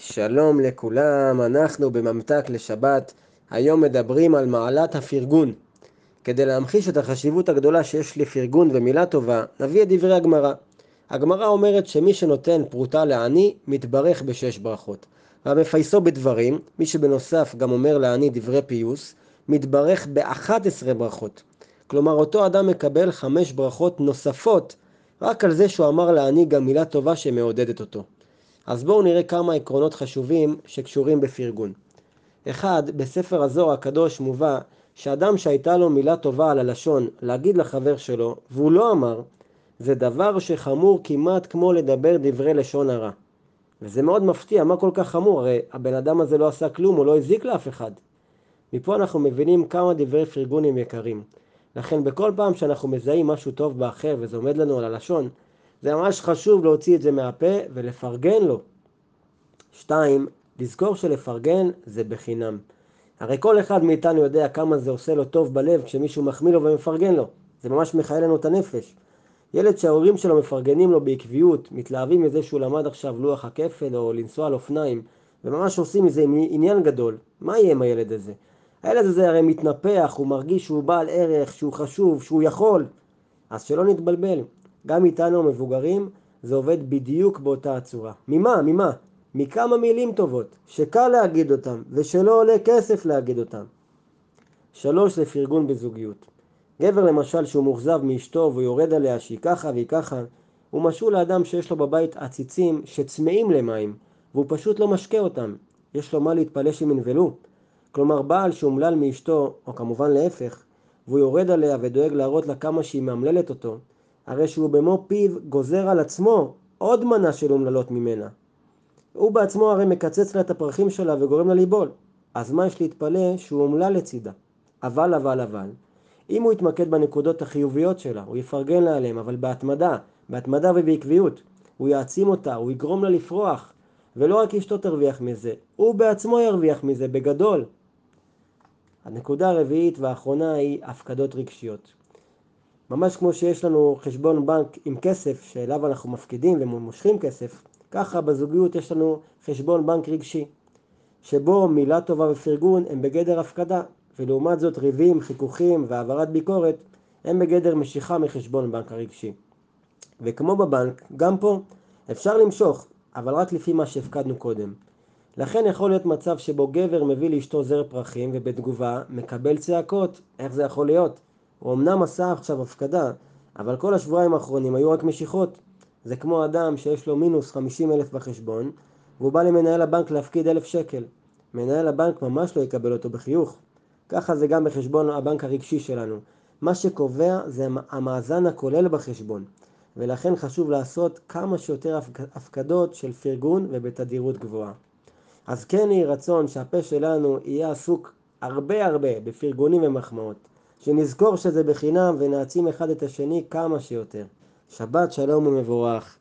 שלום לכולם, אנחנו בממתק לשבת. היום מדברים על מעלת הפרגון. כדי להמחיש את החשיבות הגדולה שיש לפרגון ומילה טובה, נביא את דברי הגמרא. הגמרא אומרת שמי שנותן פרוטה לעני מתברך בשש ברכות. והמפייסו בדברים, מי שבנוסף גם אומר לעני דברי פיוס, מתברך ב11 ברכות. כלומר אותו אדם מקבל 5 ברכות נוספות רק על זה שהוא אמר לעני גם מילה טובה שמעודדת אותו. אז בואו נראה כמה עקרונות חשובים שקשורים בפרגון. אחד, בספר הזוהר הקדוש מובא שאדם שהייתה לו מילה טובה על הלשון להגיד לחבר שלו והוא לא אמר, זה דבר שחמור כמעט כמו לדבר דברי לשון הרע. וזה מאוד מפתיע, מה כל כך חמור? הרי הבן אדם הזה לא עשה כלום, הוא לא הזיק לאף אחד. מפה אנחנו מבינים כמה דברי פרגון הם יקרים. לכן בכל פעם שאנחנו מזהים משהו טוב באחר וזה עומד לנו על הלשון, זה ממש חשוב להוציא את זה מהפה ולפרגן לו. 2. לזכור שלפרגן זה בחינם. הרי כל אחד מאיתנו יודע כמה זה עושה לו טוב בלב כשמישהו מחמיא לו ומפרגן לו. זה ממש מחיה לנו את הנפש. ילד שההורים שלו מפרגנים לו בעקביות, מתלהבים מזה שהוא למד עכשיו לוח הכפל או לנסוע על אופניים, וממש עושים מזה עניין גדול. מה יהיה עם הילד הזה? הילד הזה הרי מתנפח, הוא מרגיש שהוא בעל ערך, שהוא חשוב, שהוא יכול. אז שלא נתבלבל. גם איתנו המבוגרים זה עובד בדיוק באותה הצורה. ממה? מכמה מילים טובות, שקל להגיד אותם, ושלא עולה כסף להגיד אותם. 3. לפרגון בזוגיות. גבר למשל שהוא מוחזב מאשתו והוא יורד עליה שהיא ככה והיא ככה, הוא משול לאדם שיש לו בבית עציצים שצמאים למים, והוא פשוט לא משקה אותם. יש לו מה להתפלא שהם ינבלו. כלומר בעל שאומלל מאשתו, או כמובן להפך, והוא יורד עליה ודואג להראות לה כמה שהיא מאמללת אותו, הרי שהוא במו פיו גוזר על עצמו עוד מנה של אומללות ממנה. הוא בעצמו הרי מקצץ לה את הפרחים שלה וגורם לה ליבול. אז מה יש להתפלא שהוא אומלל לצידה? אבל, אם הוא יתמקד בנקודות החיוביות שלה, הוא יפרגן לה עליהם, אבל בהתמדה ובעקביות. הוא יעצים אותה, הוא יגרום לה לפרוח. ולא רק אשתו תרוויח מזה, הוא בעצמו ירוויח מזה בגדול. הנקודה הרביעית והאחרונה היא הפקדות רגשיות. ממש כמו שיש לנו חשבון בנק עם כסף שאליו אנחנו מפקידים ומושכים כסף, ככה בזוגיות יש לנו חשבון בנק רגשי, שבו מילה טובה ופרגון הם בגדר הפקדה, ולעומת זאת ריבים, חיכוכים והעברת ביקורת הם בגדר משיכה מחשבון בנק הרגשי. וכמו בבנק, גם פה אפשר למשוך, אבל רק לפי מה שהפקדנו קודם. לכן יכול להיות מצב שבו גבר מביא לאשתו זר פרחים ובתגובה מקבל צעקות. איך זה יכול להיות? הוא אמנם עשה עכשיו הפקדה, אבל כל השבועיים האחרונים היו רק משיכות. זה כמו אדם שיש לו מינוס 50,000 בחשבון, והוא בא למנהל הבנק להפקיד 1,000 שקל. מנהל הבנק ממש לא יקבל אותו בחיוך. ככה זה גם בחשבון הבנק הרגשי שלנו. מה שקובע זה המאזן הכולל בחשבון. ולכן חשוב לעשות כמה שיותר הפקדות של פרגון ובתדירות גבוהה. אז כן יהי רצון שהפה שלנו יהיה עסוק הרבה בפרגונים ומחמאות. שנזכור שזה בחינם ונעצים אחד את השני כמה שיותר. שבת שלום ומבורך.